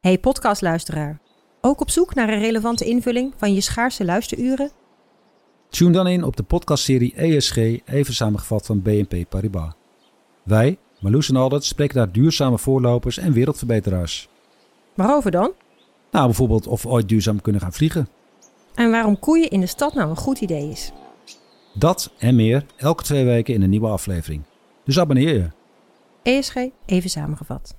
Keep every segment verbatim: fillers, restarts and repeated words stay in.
Hey podcastluisteraar, ook op zoek naar een relevante invulling van je schaarse luisteruren? Tune dan in op de podcastserie E S G, even samengevat van B N P Paribas. Wij, Marloes en Aldert, spreken daar duurzame voorlopers en wereldverbeteraars. Waarover dan? Nou, bijvoorbeeld of we ooit duurzaam kunnen gaan vliegen. En waarom koeien in de stad nou een goed idee is. Dat en meer elke twee weken in een nieuwe aflevering. Dus abonneer je. E S G, even samengevat.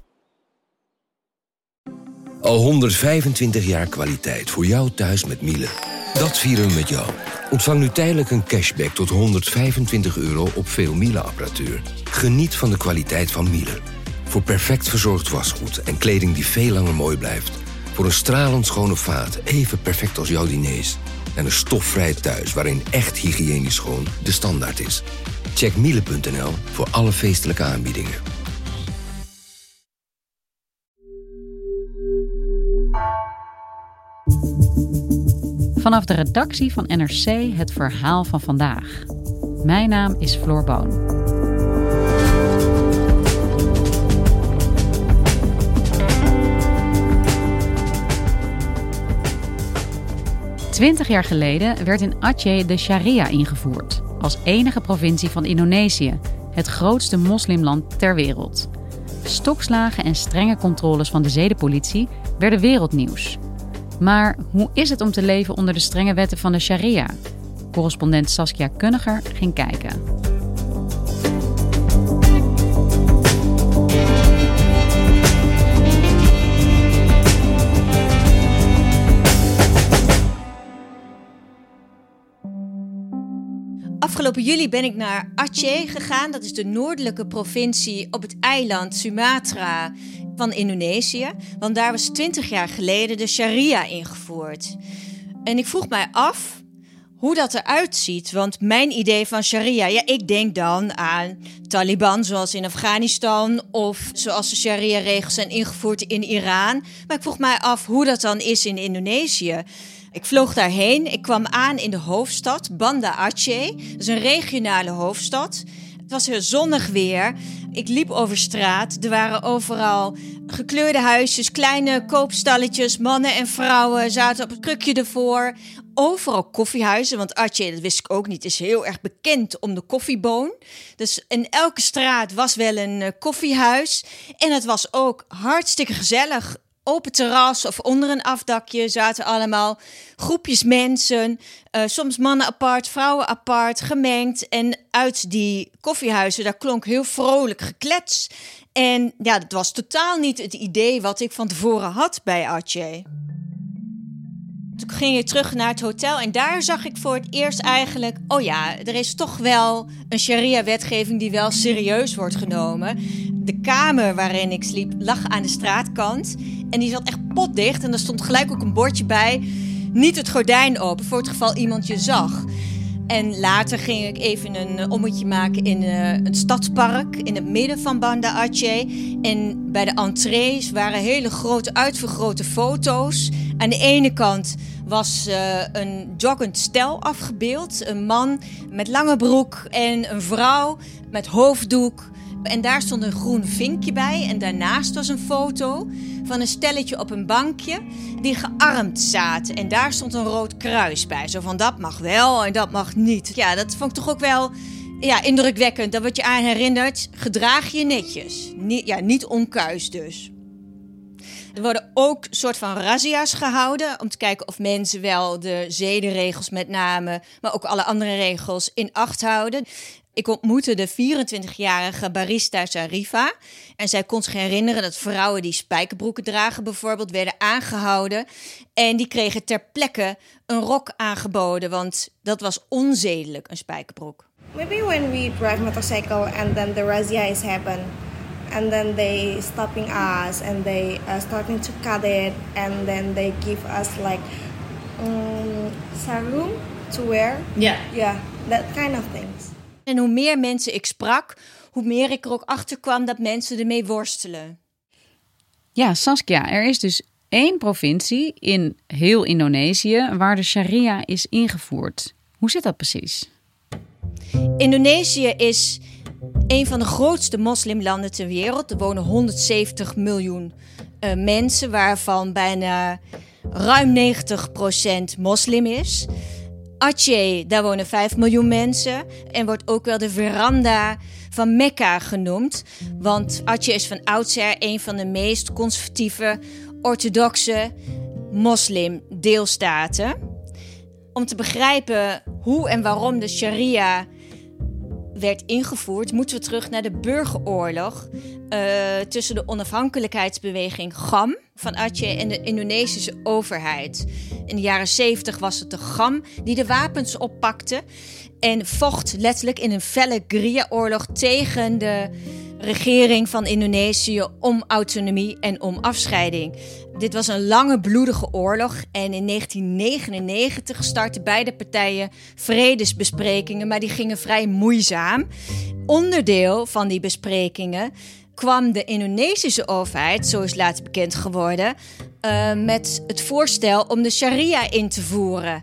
Al honderdvijfentwintig jaar kwaliteit voor jou thuis met Miele. Dat vieren we met jou. Ontvang nu tijdelijk een cashback tot honderdvijfentwintig euro op veel Miele-apparatuur. Geniet van de kwaliteit van Miele. Voor perfect verzorgd wasgoed en kleding die veel langer mooi blijft. Voor een stralend schone vaat, even perfect als jouw diners. En een stofvrij thuis waarin echt hygiënisch schoon de standaard is. Check miele punt n l voor alle feestelijke aanbiedingen. Vanaf de redactie van N R C het verhaal van vandaag. Mijn naam is Floor Boon. Twintig jaar geleden werd in Aceh de sharia ingevoerd, als enige provincie van Indonesië, het grootste moslimland ter wereld. Stokslagen en strenge controles van de zedenpolitie werden wereldnieuws. Maar hoe is het om te leven onder de strenge wetten van de sharia? Correspondent Saskia Kunniger ging kijken. Afgelopen juli ben ik naar Aceh gegaan. Dat is de noordelijke provincie op het eiland Sumatra van Indonesië. Want daar was twintig jaar geleden de sharia ingevoerd. En ik vroeg mij af hoe dat eruit ziet. Want mijn idee van sharia, ja, ik denk dan aan Taliban zoals in Afghanistan. Of zoals de sharia-regels zijn ingevoerd in Iran. Maar ik vroeg mij af hoe dat dan is in Indonesië. Ik vloog daarheen. Ik kwam aan in de hoofdstad, Banda Aceh. Dat is een regionale hoofdstad. Het was heel zonnig weer. Ik liep over straat. Er waren overal gekleurde huisjes, kleine koopstalletjes. Mannen en vrouwen zaten op het krukje ervoor. Overal koffiehuizen, want Aceh, dat wist ik ook niet, is heel erg bekend om de koffieboon. Dus in elke straat was wel een uh, koffiehuis. En het was ook hartstikke gezellig. Open terras of onder een afdakje zaten allemaal groepjes mensen. Uh, soms mannen apart, vrouwen apart, gemengd. En uit die koffiehuizen, daar klonk heel vrolijk geklets. En ja, dat was totaal niet het idee wat ik van tevoren had bij Aceh. Toen ging ik terug naar het hotel en daar zag ik voor het eerst eigenlijk... oh ja, er is toch wel een sharia-wetgeving die wel serieus wordt genomen. De kamer waarin ik sliep lag aan de straatkant en die zat echt potdicht. En er stond gelijk ook een bordje bij, niet het gordijn open voor het geval iemand je zag. En later ging ik even een ommetje maken in uh, een stadspark in het midden van Banda Aceh. En bij de entrees waren hele grote uitvergrote foto's. Aan de ene kant was uh, een joggend stel afgebeeld. Een man met lange broek en een vrouw met hoofddoek. En daar stond een groen vinkje bij. En daarnaast was een foto van een stelletje op een bankje die gearmd zaten. En daar stond een rood kruis bij. Zo van, dat mag wel en dat mag niet. Ja, dat vond ik toch ook wel ja, indrukwekkend. Daar word je aan herinnerd. Gedraag je netjes. Niet, ja, niet onkuis dus. Er worden ook soort van razzia's gehouden om te kijken of mensen wel de zedenregels met name, maar ook alle andere regels in acht houden. Ik ontmoette de vierentwintigjarige barista Sharifa en zij kon zich herinneren dat vrouwen die spijkerbroeken dragen bijvoorbeeld werden aangehouden en die kregen ter plekke een rok aangeboden, want dat was onzedelijk, een spijkerbroek. Maybe when we drive motorcycle and then the razzia is happen. And then they stopping us and they uh, starting to cut it and then they give us like um, sarung to wear. Yeah. Yeah, that kind of things. En hoe meer mensen ik sprak, hoe meer ik er ook achter kwam dat mensen ermee worstelen. Ja, Saskia, er is dus één provincie in heel Indonesië waar de sharia is ingevoerd. Hoe zit dat precies? Indonesië is een van de grootste moslimlanden ter wereld. Er wonen honderdzeventig miljoen uh, mensen, waarvan bijna ruim negentig procent moslim is. Aceh, daar wonen vijf miljoen mensen en wordt ook wel de veranda van Mekka genoemd. Want Aceh is van oudsher een van de meest conservatieve, orthodoxe moslimdeelstaten. Om te begrijpen hoe en waarom de sharia werd ingevoerd, moeten we terug naar de burgeroorlog uh, tussen de onafhankelijkheidsbeweging GAM van Aceh en de Indonesische overheid. In de jaren zeventig was het de GAM die de wapens oppakte en vocht letterlijk in een felle guerrilla-oorlog tegen de regering van Indonesië om autonomie en om afscheiding. Dit was een lange bloedige oorlog en in negentien negenennegentig startten beide partijen vredesbesprekingen, maar die gingen vrij moeizaam. Onderdeel van die besprekingen kwam de Indonesische overheid, zo is later bekend geworden, uh, met het voorstel om de sharia in te voeren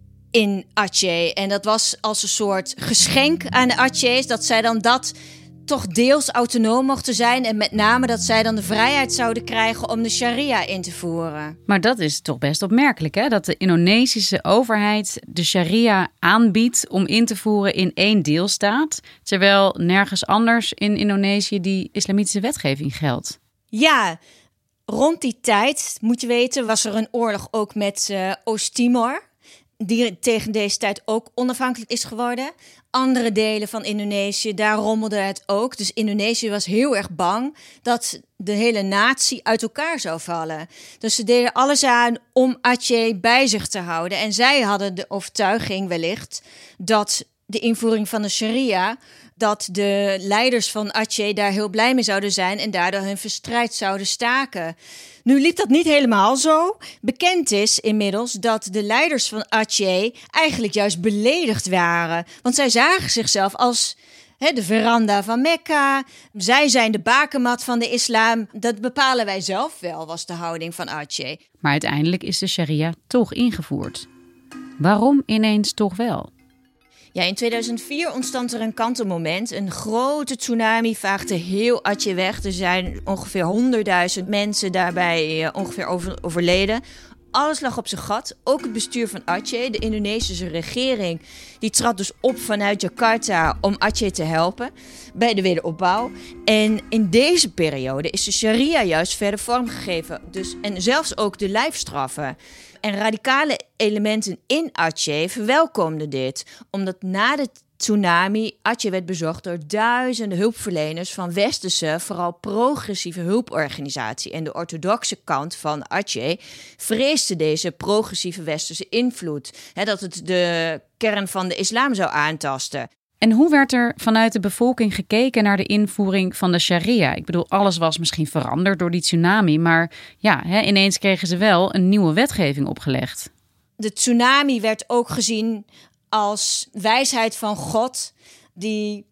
in Aceh. En dat was als een soort geschenk aan de Aceh's, dat zij dan dat toch deels autonoom mochten zijn en met name dat zij dan de vrijheid zouden krijgen om de sharia in te voeren. Maar dat is toch best opmerkelijk, hè? Dat de Indonesische overheid de sharia aanbiedt om in te voeren in één deelstaat, terwijl nergens anders in Indonesië die islamitische wetgeving geldt. Ja, rond die tijd, moet je weten, was er een oorlog ook met uh, Oost-Timor, die tegen deze tijd ook onafhankelijk is geworden. Andere delen van Indonesië, daar rommelde het ook. Dus Indonesië was heel erg bang dat de hele natie uit elkaar zou vallen. Dus ze deden alles aan om Aceh bij zich te houden. En zij hadden de overtuiging wellicht dat de invoering van de sharia, dat de leiders van Aceh daar heel blij mee zouden zijn en daardoor hun verstrijd zouden staken. Nu liep dat niet helemaal zo. Bekend is inmiddels dat de leiders van Aceh eigenlijk juist beledigd waren. Want zij zagen zichzelf als he, de veranda van Mekka. Zij zijn de bakermat van de islam. Dat bepalen wij zelf wel, was de houding van Aceh. Maar uiteindelijk is de sharia toch ingevoerd. Waarom ineens toch wel? Ja, in tweeduizend vier ontstond er een kantelmoment. Een grote tsunami vaagde heel Aceh weg. Er zijn ongeveer honderdduizend mensen daarbij uh, ongeveer over, overleden. Alles lag op zijn gat. Ook het bestuur van Aceh, de Indonesische regering, die trad dus op vanuit Jakarta om Aceh te helpen bij de wederopbouw. En in deze periode is de sharia juist verder vormgegeven. Dus, en zelfs ook de lijfstraffen. En radicale elementen in Aceh verwelkomden dit, omdat na de tsunami Aceh werd bezocht door duizenden hulpverleners van westerse, vooral progressieve hulporganisatie. En de orthodoxe kant van Aceh vreesde deze progressieve westerse invloed, hè, dat het de kern van de islam zou aantasten. En hoe werd er vanuit de bevolking gekeken naar de invoering van de sharia? Ik bedoel, alles was misschien veranderd door die tsunami, maar ja, hè, ineens kregen ze wel een nieuwe wetgeving opgelegd. De tsunami werd ook gezien als wijsheid van God, die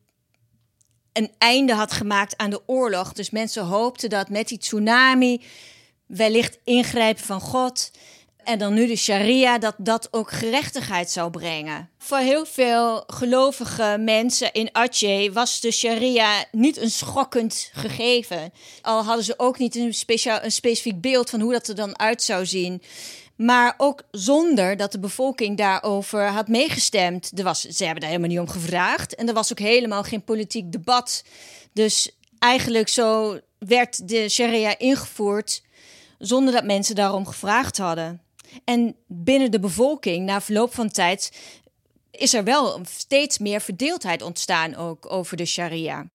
een einde had gemaakt aan de oorlog. Dus mensen hoopten dat met die tsunami wellicht ingrijpen van God en dan nu de sharia, dat dat ook gerechtigheid zou brengen. Voor heel veel gelovige mensen in Aceh was de sharia niet een schokkend gegeven. Al hadden ze ook niet een, speciaal, een specifiek beeld van hoe dat er dan uit zou zien. Maar ook zonder dat de bevolking daarover had meegestemd. Er was, ze hebben daar helemaal niet om gevraagd. En er was ook helemaal geen politiek debat. Dus eigenlijk zo werd de sharia ingevoerd zonder dat mensen daarom gevraagd hadden. En binnen de bevolking, na verloop van tijd, is er wel steeds meer verdeeldheid ontstaan ook over de sharia.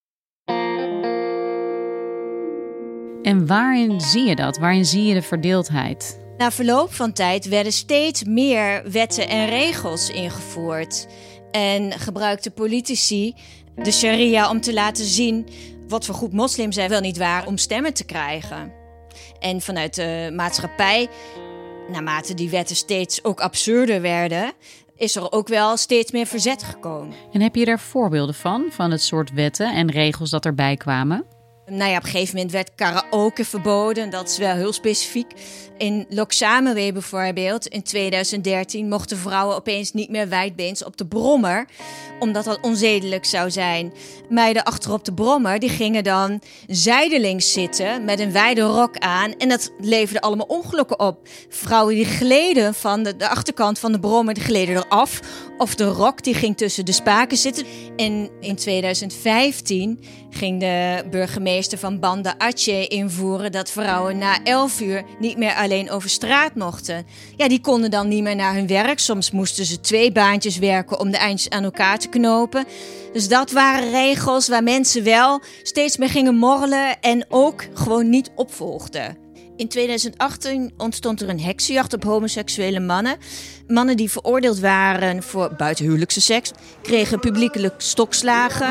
En waarin zie je dat? Waarin zie je de verdeeldheid? Na verloop van tijd werden steeds meer wetten en regels ingevoerd. En gebruikten politici de sharia om te laten zien wat voor goed moslims zij wel niet waren om stemmen te krijgen. En vanuit de maatschappij, naarmate die wetten steeds ook absurder werden, is er ook wel steeds meer verzet gekomen. En heb je daar voorbeelden van, van het soort wetten en regels dat erbij kwamen? Nou ja, op een gegeven moment werd karaoke verboden. Dat is wel heel specifiek. In Loksamewee bijvoorbeeld, in tweeduizend dertien... mochten vrouwen opeens niet meer wijdbeens op de brommer, omdat dat onzedelijk zou zijn. Meiden achterop de brommer, die gingen dan zijdelings zitten met een wijde rok aan. En dat leverde allemaal ongelukken op. Vrouwen die gleden van de, de achterkant van de brommer, die gleden eraf. Of de rok, die ging tussen de spaken zitten. En in tweeduizend vijftien ging de burgemeester van Banda Aceh invoeren dat vrouwen na elf uur niet meer alleen over straat mochten. Ja, die konden dan niet meer naar hun werk. Soms moesten ze twee baantjes werken om de eindjes aan elkaar te knopen. Dus dat waren regels waar mensen wel steeds meer gingen morrelen en ook gewoon niet opvolgden. In tweeduizend achttien ontstond er een heksenjacht op homoseksuele mannen. Mannen die veroordeeld waren voor buitenhuwelijkse seks kregen publiekelijk stokslagen.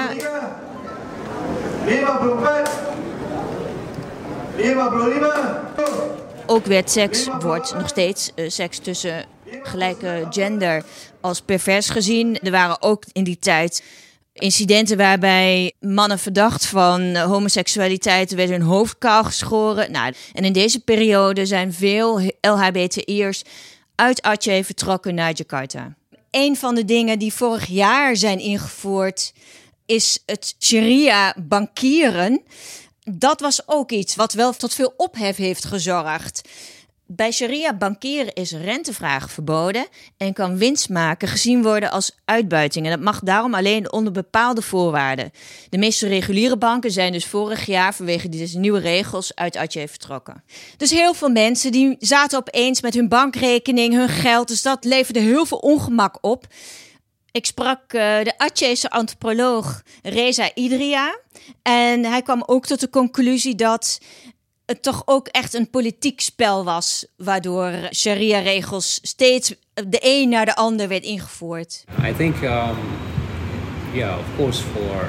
Ook werd seks, wordt nog steeds uh, seks tussen gelijke gender als pervers gezien. Er waren ook in die tijd incidenten waarbij mannen verdacht van homoseksualiteit werden hun hoofd kaal geschoren. Nou, en in deze periode zijn veel L H B T I'ers uit Aceh vertrokken naar Jakarta. Een van de dingen die vorig jaar zijn ingevoerd is het sharia-bankieren. Dat was ook iets wat wel tot veel ophef heeft gezorgd. Bij sharia-bankieren is rentevraag verboden en kan winst maken gezien worden als uitbuiting. En dat mag daarom alleen onder bepaalde voorwaarden. De meeste reguliere banken zijn dus vorig jaar vanwege deze nieuwe regels uit Aceh vertrokken. Dus heel veel mensen die zaten opeens met hun bankrekening, hun geld. Dus dat leverde heel veel ongemak op. Ik sprak uh, de Acehse antropoloog Reza Idria. En hij kwam ook tot de conclusie dat het toch ook echt een politiek spel was, waardoor sharia-regels steeds de een naar de ander werd ingevoerd. I think, um, yeah, of course, for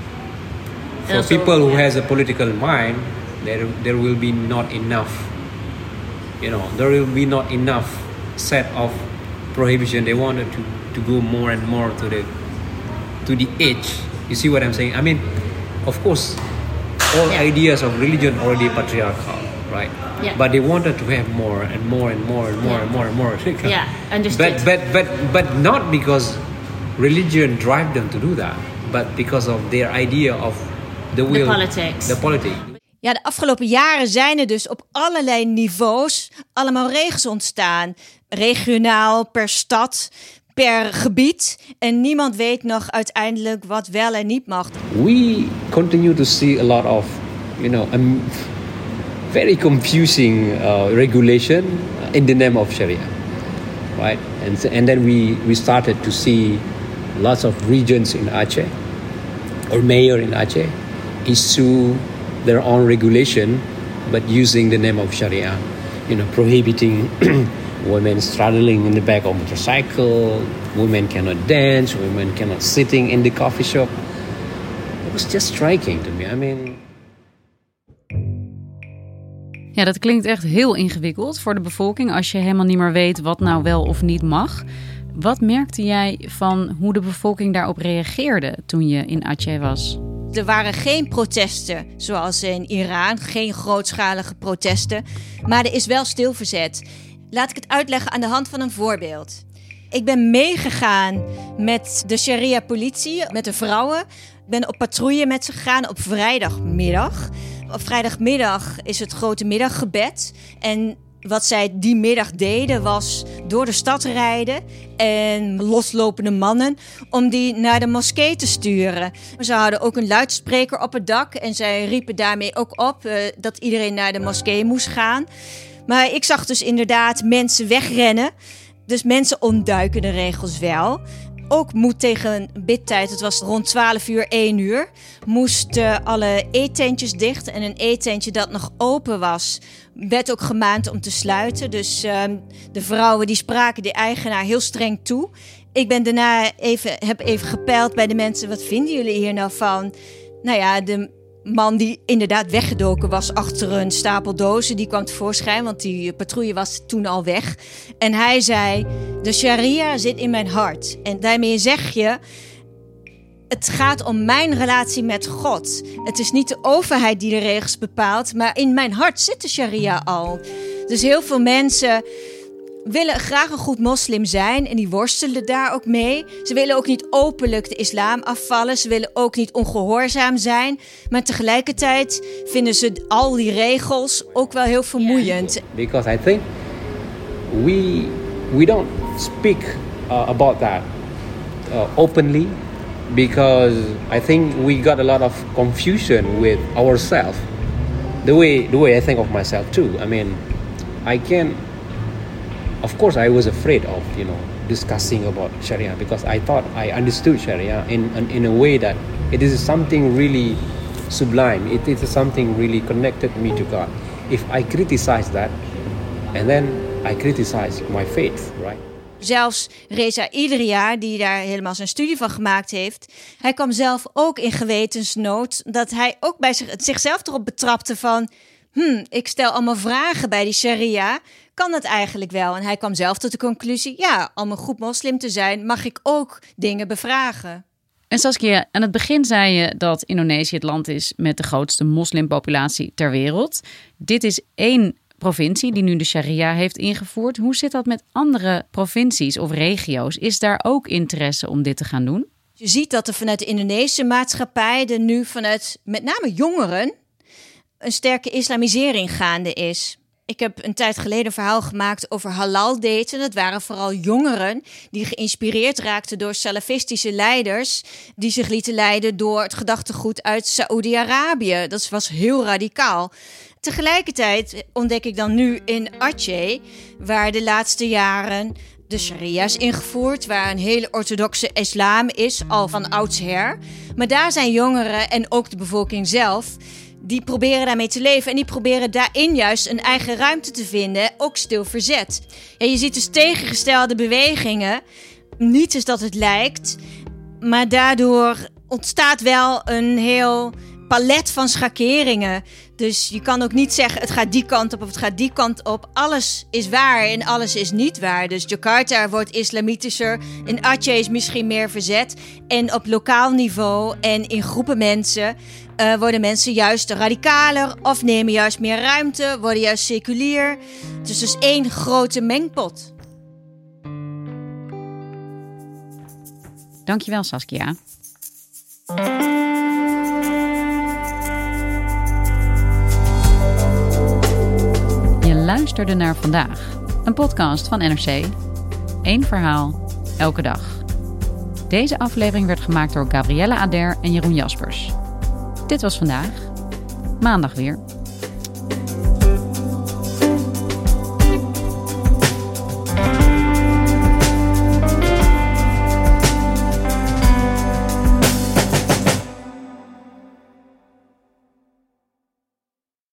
for also, people who yeah. has a political mind, there there will be not enough. You know, there will be not enough set of prohibition. They wanted to to go more and more to the to the edge. You see what I'm saying? I mean, of course, all yeah. ideas of religion already patriarchal, right? Yeah. But they wanted to have more and more and more and more yeah. and more and more. Yeah, understood. But but but but not because religion drive them to do that, but because of their idea of the will, the politics. The politics. Ja, de afgelopen jaren zijn er dus op allerlei niveaus allemaal regels ontstaan. Regionaal, per stad, per gebied. En niemand weet nog uiteindelijk wat wel en niet mag. We continue to see a lot of, you know, a very confusing uh, regulation in the name of Sharia, right? And and then we we started to see lots of regions in Aceh, or mayor in Aceh, issue their own regulation, but using the name of Sharia, you know, prohibiting women straddling in the back of a motorcycle, women cannot dance, women cannot sitting in the coffee shop. It was just striking to me. I mean. Ja, dat klinkt echt heel ingewikkeld voor de bevolking als je helemaal niet meer weet wat nou wel of niet mag. Wat merkte jij van hoe de bevolking daarop reageerde toen je in Aceh was? Er waren geen protesten zoals in Iran, geen grootschalige protesten, maar er is wel stilverzet. Laat ik het uitleggen aan de hand van een voorbeeld. Ik ben meegegaan met de sharia-politie, met de vrouwen. Ik ben op patrouille met ze gegaan op vrijdagmiddag. Op vrijdagmiddag is het grote middaggebed. En wat zij die middag deden was door de stad rijden en loslopende mannen om die naar de moskee te sturen. Ze hadden ook een luidspreker op het dak en zij riepen daarmee ook op uh, dat iedereen naar de moskee moest gaan. Maar ik zag dus inderdaad mensen wegrennen. Dus mensen ontduiken de regels wel. Ook moet tegen bidtijd, het was rond twaalf uur, één uur, moesten alle eetentjes dicht. En een eetentje dat nog open was, werd ook gemaand om te sluiten. Dus uh, de vrouwen die spraken de eigenaar heel streng toe. Ik ben daarna even, heb even gepeild bij de mensen, wat vinden jullie hier nou van? Nou ja, de man die inderdaad weggedoken was achter een stapel dozen, die kwam tevoorschijn, want die patrouille was toen al weg. En hij zei, de sharia zit in mijn hart. En daarmee zeg je, Het gaat om mijn relatie met God. Het is niet de overheid die de regels bepaalt, maar in mijn hart zit de sharia al. Dus heel veel mensen willen graag een goed moslim zijn en die worstelen daar ook mee. Ze willen ook niet openlijk de islam afvallen. Ze willen ook niet ongehoorzaam zijn. Maar tegelijkertijd vinden ze al die regels ook wel heel vermoeiend. Because I think we we don't speak uh, about that uh, openly. Because I think we got a lot of confusion with ourselves. The way the way I think of myself too. I mean, I can. Of course, I was afraid of you know discussing about Sharia because I thought I understood Sharia in in a way that it is something really sublime. It is something really connected me to God. If I criticize that, and then I criticize my faith, right? Zelfs Reza Idria, die daar helemaal zijn studie van gemaakt heeft, hij kwam zelf ook in gewetensnood dat hij ook bij zich, zichzelf erop betrapte van, hm, ik stel allemaal vragen bij die sharia, kan dat eigenlijk wel? En hij kwam zelf tot de conclusie, ja, om een goed moslim te zijn, mag ik ook dingen bevragen. En Saskia, aan het begin zei je dat Indonesië het land is met de grootste moslimpopulatie ter wereld. Dit is één provincie die nu de sharia heeft ingevoerd. Hoe zit dat met andere provincies of regio's? Is daar ook interesse om dit te gaan doen? Je ziet dat er vanuit de Indonesische maatschappij er nu vanuit met name jongeren een sterke islamisering gaande is. Ik heb een tijd geleden een verhaal gemaakt over halal daten. Dat waren vooral jongeren die geïnspireerd raakten door salafistische leiders die zich lieten leiden door het gedachtegoed uit Saoedi-Arabië. Dat was heel radicaal. Tegelijkertijd ontdek ik dan nu in Aceh, waar de laatste jaren de sharia is ingevoerd, waar een hele orthodoxe islam is, al van oudsher. Maar daar zijn jongeren en ook de bevolking zelf, die proberen daarmee te leven en die proberen daarin juist een eigen ruimte te vinden, ook stil verzet. Ja, je ziet dus tegengestelde bewegingen. Niets is dat het lijkt, maar daardoor ontstaat wel een heel palet van schakeringen. Dus je kan ook niet zeggen het gaat die kant op of het gaat die kant op. Alles is waar en alles is niet waar. Dus Jakarta wordt islamitischer. In Aceh is misschien meer verzet. En op lokaal niveau en in groepen mensen uh, worden mensen juist radicaler of nemen juist meer ruimte, worden juist seculier. Dus dus één grote mengpot. Dankjewel, Saskia. Luisterde naar Vandaag, een podcast van N R C. Eén verhaal, elke dag. Deze aflevering werd gemaakt door Gabrielle Ader en Jeroen Jaspers. Dit was Vandaag, maandag weer.